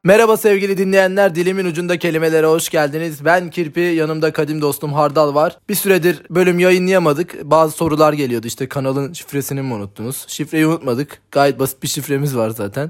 Merhaba sevgili dinleyenler, dilimin ucunda kelimelere hoş geldiniz. Ben Kirpi, yanımda kadim dostum Hardal var. Bir süredir bölüm yayınlayamadık. Bazı sorular geliyordu, işte kanalın şifresini mi unuttunuz? Şifreyi unutmadık. Gayet basit bir şifremiz var zaten.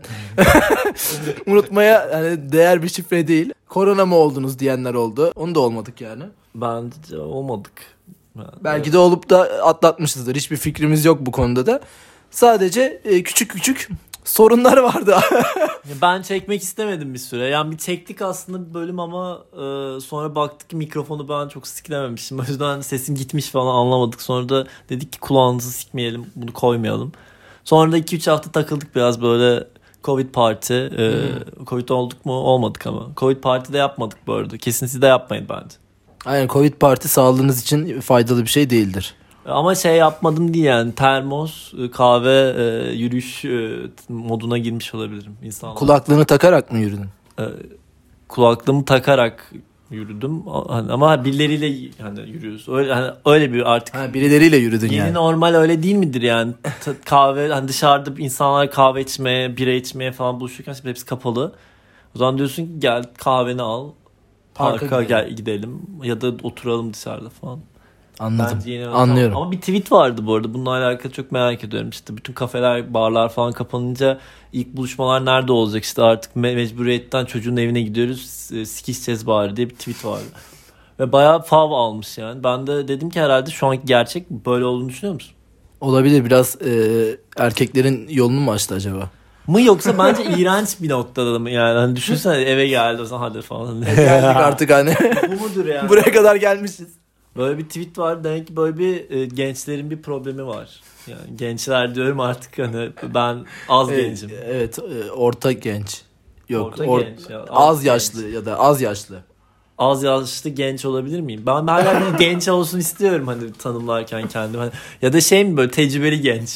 Unutmaya değer bir şifre değil. Korona mı oldunuz diyenler oldu. Onu da olmadık yani. Bence olmadık. Belki de olup da atlatmışızdır. Hiçbir fikrimiz yok bu konuda da. Sadece küçük sorunlar vardı. Ben çekmek istemedim bir süre. Yani bir çektik aslında bir bölüm ama sonra baktık ki mikrofonu ben çok siklememişim. O yüzden sesim gitmiş falan, anlamadık. Sonra da dedik ki kulağınızı sikmeyelim, bunu koymayalım. Sonra da 2-3 hafta takıldık biraz böyle Covid parti. Covid olduk mu? Olmadık ama. Covid parti de yapmadık bu arada. Kesin siz de yapmayın bence. Aynen, Covid parti sağlığınız için faydalı bir şey değildir. Ama yapmadım diye yani termos, kahve, yürüyüş moduna girmiş olabilirim insanlar. Kulaklığını takarak mı yürüdün? Kulaklığımı takarak yürüdüm ama birileriyle yürüyoruz. Öyle bir artık. Birileriyle yürüdün yeni yani. Normal öyle değil midir yani? Kahve dışarıda insanlar kahve içmeye, bira içmeye falan buluşurken şimdi hepsi kapalı. O zaman diyorsun ki gel kahveni al. Parka gidelim ya da oturalım dışarıda falan. Anladım. Anlıyorum. Ama bir tweet vardı bu arada. Bununla alakalı çok merak ediyorum. İşte bütün kafeler, barlar falan kapanınca ilk buluşmalar nerede olacak? İşte artık mecburiyetten çocuğun evine gidiyoruz. Sikişeceğiz bari diye bir tweet vardı. Ve bayağı fav almış yani. Ben de dedim ki herhalde şu anki gerçek böyle olduğunu düşünüyor musun? Olabilir, biraz erkeklerin yolunu mu açtı acaba? Mı yoksa bence iğrenç bir noktada mı yani? Düşünsene eve geldi o zaman hadi falan. Geldik artık Bu mudur yani? Buraya kadar gelmişiz. Böyle bir tweet var. Demek ki böyle bir gençlerin bir problemi var. Yani gençler diyorum artık, ben az gencim. Evet, orta genç. Yok, genç ya, az yaşlı genç. Ya da az yaşlı. Az yaşlı genç olabilir miyim? Ben hala bir genç olsun istiyorum tanımlarken kendimi. Ya da mi böyle tecrübeli genç.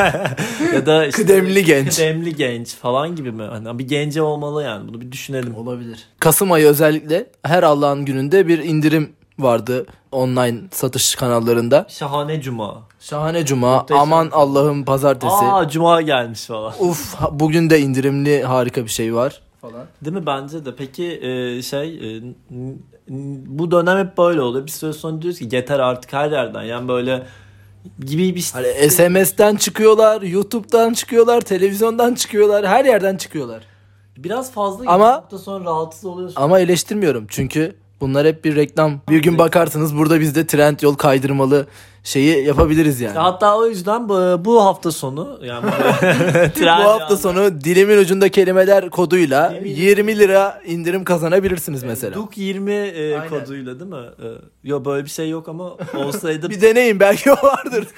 Ya da işte kıdemli genç. Kıdemli genç falan gibi mi? Bir gence olmalı yani. Bunu bir düşünelim. Olabilir. Kasım ayı özellikle her Allah'ın gününde bir indirim vardı online satış kanallarında. Şahane Cuma. Muhteşem. Aman Allah'ım pazartesi. Cuma gelmiş falan. Bugün de indirimli harika bir şey var falan. Değil mi? Bence de. Peki bu dönem hep böyle oluyor. Bir süre sonra diyoruz ki yeter artık her yerden. Yani böyle gibi bir SMS'ten çıkıyorlar, YouTube'dan çıkıyorlar, televizyondan çıkıyorlar, her yerden çıkıyorlar. Biraz fazla ama sonra rahatsız oluyorsun. Ama eleştirmiyorum çünkü bunlar hep bir reklam. Bir gün bakarsınız burada biz de Trendyol kaydırmalı şeyi yapabiliriz yani. Hatta o yüzden bu hafta sonu yani bu hafta sonu dilimin ucunda kelimeler koduyla 20 lira indirim kazanabilirsiniz mesela. DUK 20 koduyla değil mi? Yok böyle bir şey yok ama olsaydı bir deneyin, belki o vardır.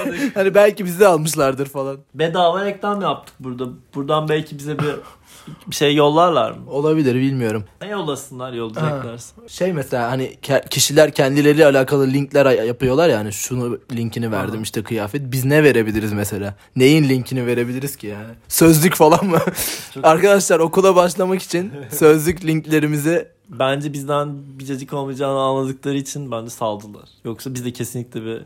Belki bizi almışlardır falan. Bedava reklam yaptık burada. Buradan belki bize bir şey yollarlar mı? Olabilir, bilmiyorum. Ne yollayacaklar. Mesela kişiler kendileriyle alakalı linkler yapıyorlar yani, şunu linkini verdim işte kıyafet. Biz ne verebiliriz mesela? Neyin linkini verebiliriz ki yani? Sözlük falan mı? Arkadaşlar okula başlamak için sözlük linklerimizi bence bizden bir cacık olmayacağını anladıkları için bence saldılar. Yoksa biz de kesinlikle bir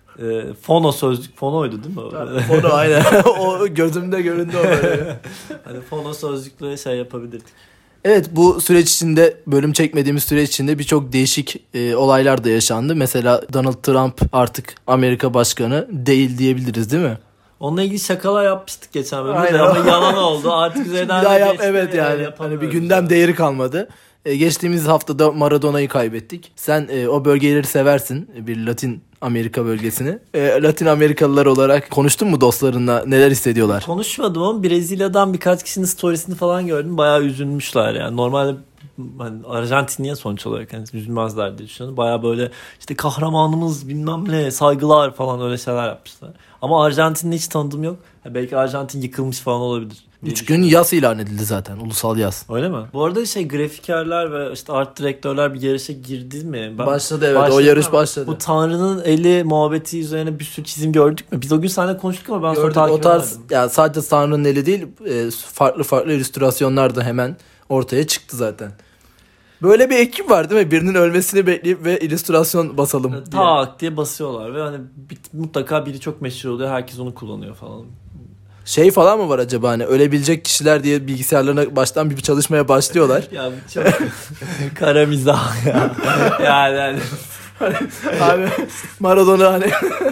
fono sözlük, fonoydu değil mi? Fono aynen. O gözümde göründü o böyle. Fono sözlükle yapabilirdik. Evet, bu süreç içinde, bölüm çekmediğimiz süreç içinde birçok değişik olaylar da yaşandı. Mesela Donald Trump artık Amerika başkanı değil diyebiliriz değil mi? Onunla ilgili şakalar yapmıştık geçen bölümde ama yalan oldu. Artık üzerinden de geçti. Evet yani bir gündem değeri kalmadı. Geçtiğimiz haftada Maradona'yı kaybettik. Sen o bölgeleri seversin, bir Latin Amerika bölgesini. Latin Amerikalılar olarak konuştun mu dostlarınla, neler hissediyorlar? Konuşmadım ama Brezilya'dan birkaç kişinin storiesini falan gördüm. Bayağı üzülmüşler yani. Normalde Arjantinli'ye sonuç olarak üzülmezler diye düşünüyorum. Bayağı böyle işte kahramanımız bilmem ne, saygılar falan öyle şeyler yapmışlar. Ama Arjantin'de hiç tanıdığım yok. Belki Arjantin yıkılmış falan olabilir. 3 gün yas ilan edildi zaten, ulusal yas. Öyle mi? Bu arada grafikerler ve işte art direktörler bir yarışa girdi mi? Başladı evet, o yarış başladı. Bu Tanrı'nın eli muhabbeti üzerine bir sürü çizim gördük mü? Biz o gün seninle konuştuk ama ben sonra takip edemedim. Ya sadece Tanrı'nın eli değil, farklı illüstrasyonlar da hemen ortaya çıktı zaten. Böyle bir ekip var değil mi? Birinin ölmesini bekleyip ve illüstrasyon basalım diye. Tak diye basıyorlar ve mutlaka biri çok meşhur oluyor. Herkes onu kullanıyor falan. Şey falan mı var acaba, hani ölebilecek kişiler diye bilgisayarlarına baştan bir çalışmaya başlıyorlar. Ya bu çok kara mizah ya. Yani Abi Maradona hani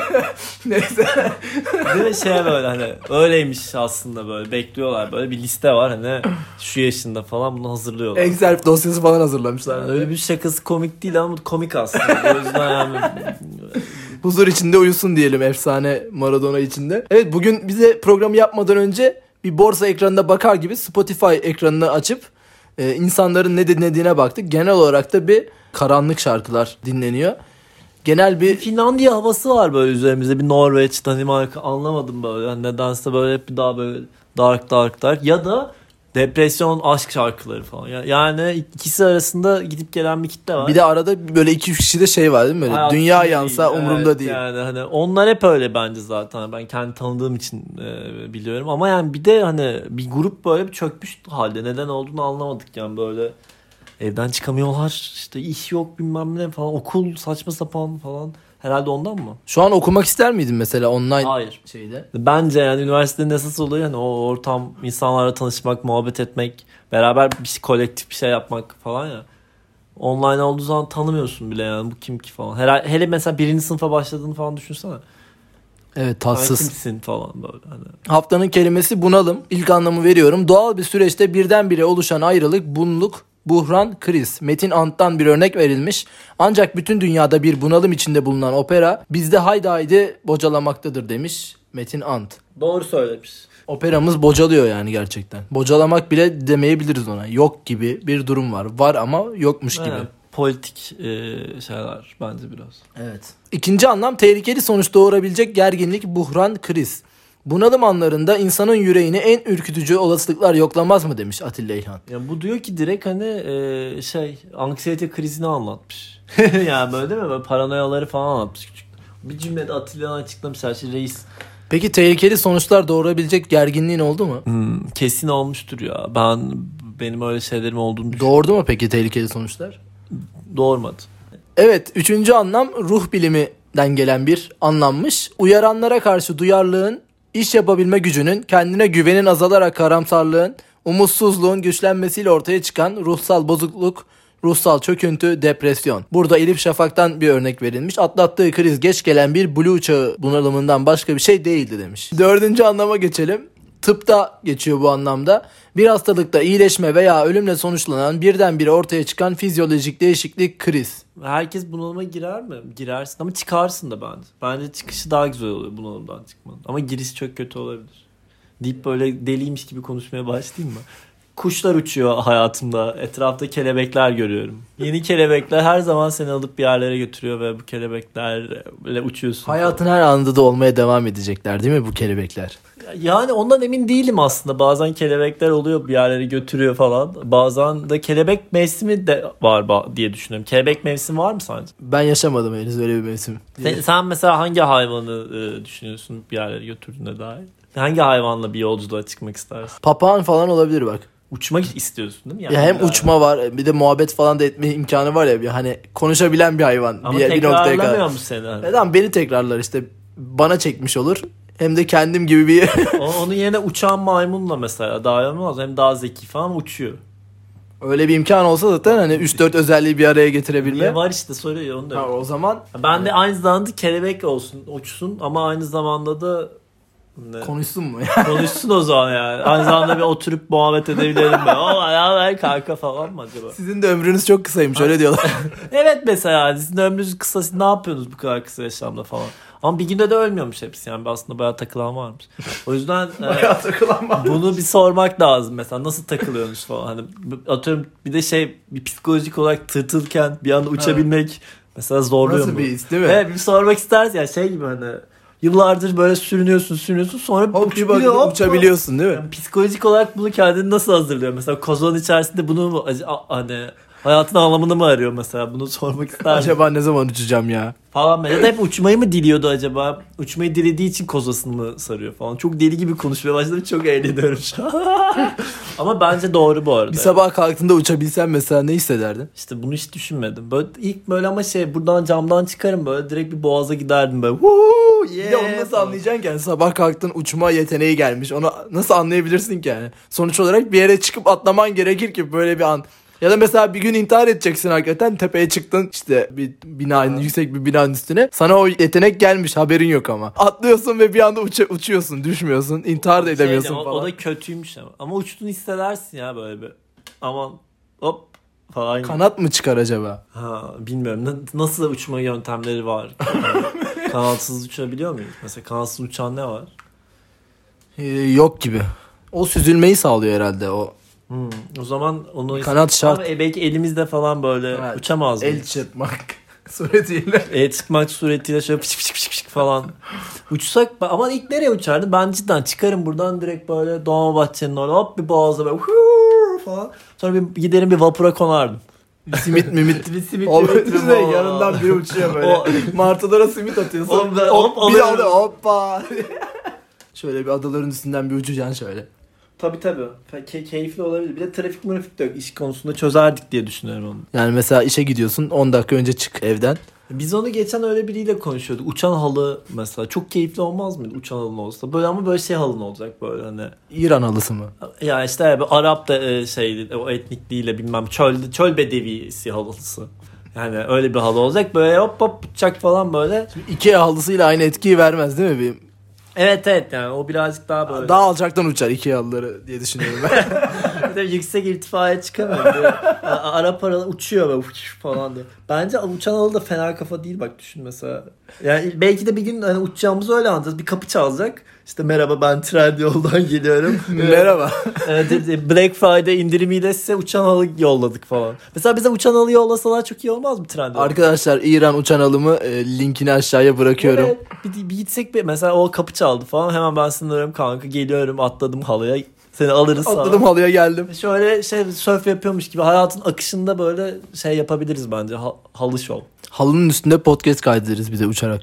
neyse. değil mi, şey böyle hani öyleymiş aslında, böyle bekliyorlar, böyle bir liste var hani şu yaşında falan, bunu hazırlıyorlar. Excel dosyası falan hazırlamışlar. Yani öyle bir şakası komik değil ama komik aslında. O yüzden yani Huzur içinde uyusun diyelim efsane Maradona içinde. Evet, bugün bize programı yapmadan önce bir borsa ekranına bakar gibi Spotify ekranını açıp insanların ne dinlediğine baktık. Genel olarak da bir karanlık şarkılar dinleniyor. Genel bir Finlandiya havası var böyle üzerimizde, bir Norveç, Danimarka, anlamadım böyle. Yani nedense böyle hep bir daha böyle dark ya da depresyon, aşk şarkıları falan. Yani ikisi arasında gidip gelen bir kitle var. bir de arada böyle 2-3 kişi de şey var değil mi? Böyle Hayat dünya değil. yansa umurumda Evet, değil. yani hani onlar hep öyle bence zaten. Ben kendi tanıdığım için biliyorum. Ama yani bir de hani bir grup böyle bir çökmüş halde. Neden olduğunu anlamadık yani, böyle evden çıkamıyorlar. İşte iş yok, bilmem ne falan. Okul saçma sapan falan. Herhalde ondan mı? Şu an okumak ister miydin mesela online Hayır. şeyde? Bence yani üniversitenin esas olayı hani o ortam, insanlarla tanışmak, muhabbet etmek, beraber bir şey, kolektif bir şey yapmak falan ya. Online olduğu zaman tanımıyorsun bile yani, bu kim ki falan. Hele mesela birinci sınıfa başladığını falan düşünsene. Evet, Sen tatsız. kimsin falan böyle hani. Haftanın kelimesi bunalım. İlk anlamı veriyorum. Doğal bir süreçte birdenbire oluşan ayrılık, bunluk, buhran, kriz. Metin Ant'tan bir örnek verilmiş. Ancak bütün dünyada bir bunalım içinde bulunan opera bizde haydi haydi bocalamaktadır demiş Metin Ant. Doğru söylemiş. Operamız bocalıyor yani gerçekten. Bocalamak bile demeyebiliriz ona. Yok gibi bir durum var. Var ama yokmuş gibi. Yani, politik şeyler bence biraz. Evet. İkinci anlam tehlikeli sonuç doğurabilecek gerginlik, buhran, kriz. Bunalım anlarında insanın yüreğini en ürkütücü olasılıklar yoklamaz mı demiş Atilla İlhan. Ya bu diyor ki direkt hani anksiyete krizini anlatmış. Yani böyle değil mi? Böyle paranoyaları falan anlatmış küçük. Bir cümlede Atilla'nın açıklamış her şey, reis. Peki tehlikeli sonuçlar doğurabilecek gerginliğin oldu mu? Kesin olmuştur ya. Benim öyle şeylerim olduğunu düşünüyorum. Doğurdu mu peki tehlikeli sonuçlar? Doğurmadı. Evet, üçüncü anlam ruh biliminden gelen bir anlammış. Uyaranlara karşı duyarlılığın, iş yapabilme gücünün, kendine güvenin azalarak karamsarlığın, umutsuzluğun güçlenmesiyle ortaya çıkan ruhsal bozukluk, ruhsal çöküntü, depresyon. Burada Elif Şafak'tan bir örnek verilmiş. Atlattığı kriz geç gelen bir blue çağı bunalımından başka bir şey değildi demiş. Dördüncü anlama geçelim. Tıpta geçiyor bu anlamda. Bir hastalıkta iyileşme veya ölümle sonuçlanan birdenbire ortaya çıkan fizyolojik değişiklik, kriz. Herkes bunalıma girer mi? Girersin ama çıkarsın da bence. Bence çıkışı daha güzel oluyor bunalımdan çıkmanın. Ama girişi çok kötü olabilir. Deyip böyle deliymiş gibi konuşmaya başlayayım mı? Kuşlar uçuyor hayatımda. Etrafta kelebekler görüyorum. Yeni kelebekler her zaman seni alıp bir yerlere götürüyor ve bu kelebeklerle uçuyorsun. Hayatın her anında da olmaya devam edecekler değil mi bu kelebekler? Yani ondan emin değilim aslında. Bazen kelebekler oluyor, bir yerlere götürüyor falan. Bazen de kelebek mevsimi de var diye düşünüyorum. Kelebek mevsimi var mı sence? Ben yaşamadım henüz öyle bir mevsim. Sen mesela hangi hayvanı düşünüyorsun bir yerlere götürdüğüne dair? Hangi hayvanla bir yolculuğa çıkmak istersin? Papağan falan olabilir bak. Uçmak istiyorsun değil mi? Yani Ya hem uçma var, bir de muhabbet falan da etme imkanı var ya, bir hani konuşabilen bir hayvan. Ama bir noktaya kadar. tekrarlamıyor mu seni? Neden beni tekrarlar işte, bana çekmiş olur. Hem de kendim gibi bir Onun yerine uçan maymunla mesela daha olmaz. Hem daha zeki falan uçuyor. öyle bir imkan olsa zaten hani 3-4 özelliği bir araya getirebilme. Niye var işte, soruyor onu da. Ha, o zaman Ben de aynı zamanda kelebek olsun, uçsun ama aynı zamanda da konuşsun mu? konuşsun o zaman yani. Aynı zamanda bir oturup muhabbet edebilirim mi? O ya kanka falan mı acaba? Sizin de ömrünüz çok kısaymış öyle diyorlar. Evet mesela sizin ömrünüz kısa, siz ne yapıyorsunuz bu kadar kısa yaşamda falan. Ama bir günde de ölmüyormuş hepsi yani, aslında bayağı takılan varmış. O yüzden bunu bir sormak lazım mesela, nasıl takılıyorsunuz falan. Hani atıyorum bir de bir psikolojik olarak tırtılken bir anda uçabilmek mesela zorluyor Nasıl mu? bir his değil mi? Evet, bir sormak istersin ya, gibi hani yıllardır böyle sürünüyorsun sonra Hop bir bakıp uçabiliyorsun değil mi? yani psikolojik olarak bunu kendini nasıl hazırlıyor? Mesela kozonun içerisinde bunu hani Hayatın anlamını mı arıyor mesela? Bunu sormak ister misin? Acaba ne zaman uçacağım ya? Falan. Ya da hep uçmayı mı diliyordu acaba? Uçmayı dilediği için kozasını mı sarıyor falan. Çok deli gibi konuşmaya başladım. Çok eğleniyorum şu an. Ama bence doğru bu arada. Bir sabah kalktığında uçabilsen mesela ne hissederdin? İşte bunu hiç düşünmedim. Böyle ilk böyle ama buradan camdan çıkarım böyle direkt bir boğaza giderdim böyle. Bir de onu nasıl anlayacaksın ki? Yani sabah kalktın uçma yeteneği gelmiş. Onu nasıl anlayabilirsin ki yani? Sonuç olarak bir yere çıkıp atlaman gerekir ki böyle bir an. Ya da mesela bir gün intihar edeceksin hakikaten. Tepeye çıktın işte bir binanın, yüksek bir binanın üstüne. Sana o yetenek gelmiş, haberin yok ama. Atlıyorsun ve bir anda uçuyorsun, düşmüyorsun. İntihar da edemiyorsun falan. O da kötüymüş ama. Ama uçtuğunu hissedersin ya böyle bir. Aman hop falan. Kanat mı çıkar acaba? Ha, bilmiyorum. Nasıl uçma yöntemleri var? Kanatsız uçabiliyor muyuz? Mesela kanatsız uçan ne var? Yok gibi. O süzülmeyi sağlıyor herhalde o. O zaman onu kanat şart. Ama belki elimizde falan böyle Evet, uçamaz mıyız? El çırpmak suretiyle. El çıkmak suretiyle şöyle pışık pışık pışık pışık falan. Uçsak ama ilk nereye uçardı? Ben cidden çıkarım buradan direkt böyle Dolmabahçe'nin orada hop bir boğaza böyle falan. Sonra bir giderim bir vapura konardım. Simit mimit. Bir simit Yanından biri uçuyor böyle. Martılara simit atıyorsun. Bir Bir alıyor. alıyor hoppa. Şöyle bir adaların üstünden bir uçacaksın şöyle. Tabii. Keyifli olabilir. Bir de trafik de yok. İş konusunda çözerdik diye düşünüyorum onu. Yani mesela işe gidiyorsun 10 dakika önce çık evden. Biz onu geçen öyle biriyle konuşuyorduk. Uçan halı mesela. Çok keyifli olmaz mıydı uçan halın olsa? Böyle ama böyle halın olacak böyle hani. İran halısı mı? Ya işte Arap da o etnikliğiyle bilmem çöl bedevisi halısı. Yani öyle bir halı olacak. Böyle hop hop uçacak falan böyle. IKEA halısıyla aynı etkiyi vermez değil mi? Evet yani o birazcık daha böyle. Daha alçaktan uçar IKEA halıları diye düşünüyorum ben. Yüksek irtifaya çıkamıyor. Arap aralı uçuyor böyle falan diye. Bence uçan halı da fena kafa değil bak düşün mesela. Yani belki de bir gün hani uçacağımızı öyle anlayacağız. Bir kapı çalacak. İşte merhaba ben Trendyol'dan geliyorum. Merhaba. Black Friday indirimiyle size uçan halı yolladık falan. Mesela bize uçan halı yollasalar çok iyi olmaz mı Trendyol? Arkadaşlar İran uçan halımı linkini aşağıya bırakıyorum. Evet, bir gitsek mesela o kapı çaldı falan hemen ben sınırıyorum kanka geliyorum atladım halıya seni alırız falan. Atladım halıya geldim. Şöyle surf yapıyormuş gibi hayatın akışında böyle yapabiliriz bence halı şov. Halının üstünde podcast kaydederiz bize uçarak.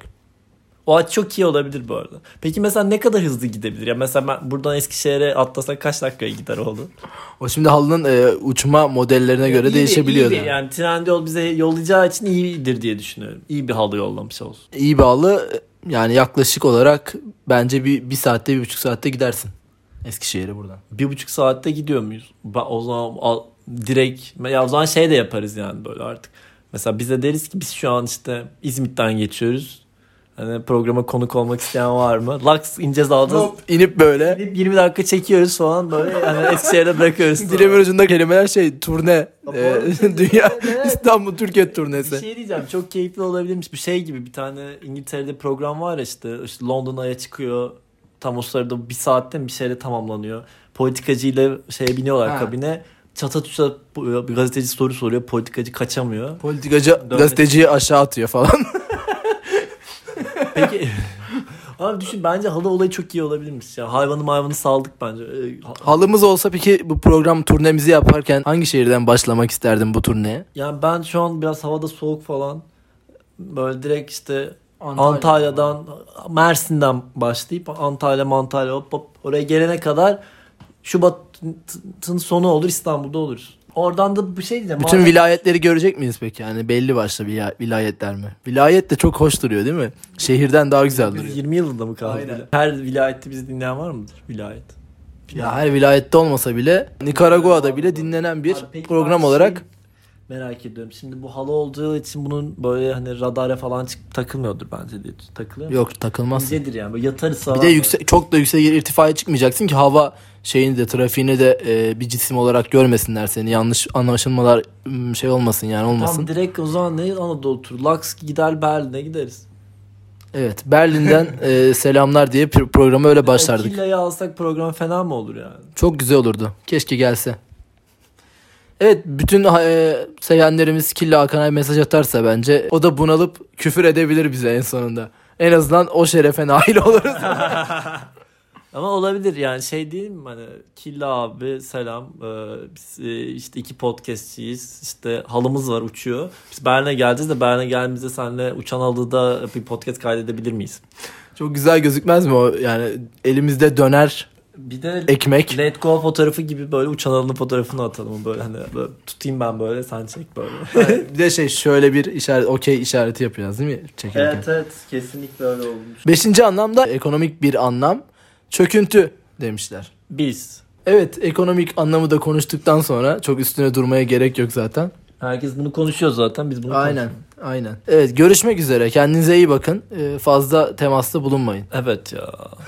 O çok iyi olabilir bu arada. Peki mesela ne kadar hızlı gidebilir? Ya mesela ben buradan Eskişehir'e atlasak kaç dakikaya gider oldu? O şimdi halının uçma modellerine göre değişebiliyor. Yani Trendyol bize yollayacağı için iyidir diye düşünüyorum. İyi bir halı yollamış olsun. İyi bir halı yani yaklaşık olarak bence bir saatte 1,5 saatte gidersin Eskişehir'e buradan. 1,5 saatte gidiyor muyuz? O zaman direkt ya o zaman de yaparız yani böyle artık. Mesela bize deriz ki biz şu an işte İzmit'ten geçiyoruz. Hani programa konuk olmak isteyen var mı? Laks ineceğiz alacağız. Hop, inip böyle. İnip 20 dakika çekiyoruz falan böyle. Yani Eskişehir'de bırakıyoruz. Dilimin ucunda kelimeler turne. Dünya İstanbul Türkiye turnesi. Bir şey diyeceğim çok keyifli olabilirmiş. Bir şey gibi bir tane İngiltere'de program var ya işte Londra'ya çıkıyor. Tam o sırada bir saatte bir şeyle tamamlanıyor. Politikacıyla biniyorlar kabine. Çata tuşa bir gazeteci soru soruyor. Politikacı kaçamıyor. Politikacı gazeteciyi aşağı atıyor falan. Peki abi düşün bence halı olayı çok iyi olabilirmiş ya. Hayvanı saldık bence. Halımız olsa peki bu program turnemizi yaparken hangi şehirden başlamak isterdin bu turneye? Yani ben şu an biraz havada soğuk falan. Böyle direkt işte Antalya'dan Mersin'den başlayıp Antalya hop oraya gelene kadar Şubat'ın sonu olur İstanbul'da oluruz. Oradan da bir şey diyeceğim. Bütün vilayetleri görecek miyiz peki? Yani belli başlı vilayetler mi? Vilayet de çok hoş duruyor değil mi? Şehirden daha güzel duruyor. 20 yılında mı kaldı? Aynen. Her vilayette bizi dinleyen var mıdır? Vilayet. Ya her vilayette olmasa bile Nikaragua'da bile dinlenen bir program olarak merak ediyorum. Şimdi bu halı olduğu için bunun böyle hani radara falan takılmıyordur bence diye. Takılıyor mu? Yok takılmaz. İncedir yani. Böyle yatarız falan. Bir de çok da yüksek irtifaya çıkmayacaksın ki hava trafiğini de bir cisim olarak görmesinler seni. Yanlış anlaşılmalar olmasın yani olmasın. Tamam direkt o zaman ne Anadolu turu? Laks gider Berlin'e gideriz. Evet Berlin'den selamlar diye programı öyle başlardık. Killa'yı alsak program fena mı olur yani? Çok güzel olurdu. Keşke gelse. Evet bütün sevenlerimiz Killa Hakan'a mesaj atarsa bence o da bunalıp küfür edebilir bize en sonunda. En azından o şerefe nail oluruz. Ama olabilir yani şey değil mi hani Killa abi selam biz işte 2 podcastçiyiz işte halımız var uçuyor. Biz Berlin'e geleceğiz de Berlin'e geldiğimizde seninle uçan halıda bir podcast kaydedebilir miyiz? Çok güzel gözükmez mi o? Yani elimizde döner, Bir de ekmek. Let Go fotoğrafı gibi böyle uçan halının fotoğrafını atalım böyle hani böyle tutayım ben böyle sen çek böyle. Bir de şöyle bir işaret, okey işareti yapacağız değil mi? Çekerken. Evet kesinlikle öyle olmuş. 5. anlamda ekonomik bir anlam. Çöküntü demişler. Biz. Evet, ekonomik anlamı da konuştuktan sonra çok üstüne durmaya gerek yok zaten. Herkes bunu konuşuyor zaten biz bunu Aynen. Evet, görüşmek üzere. Kendinize iyi bakın. Fazla temasta bulunmayın. Evet ya.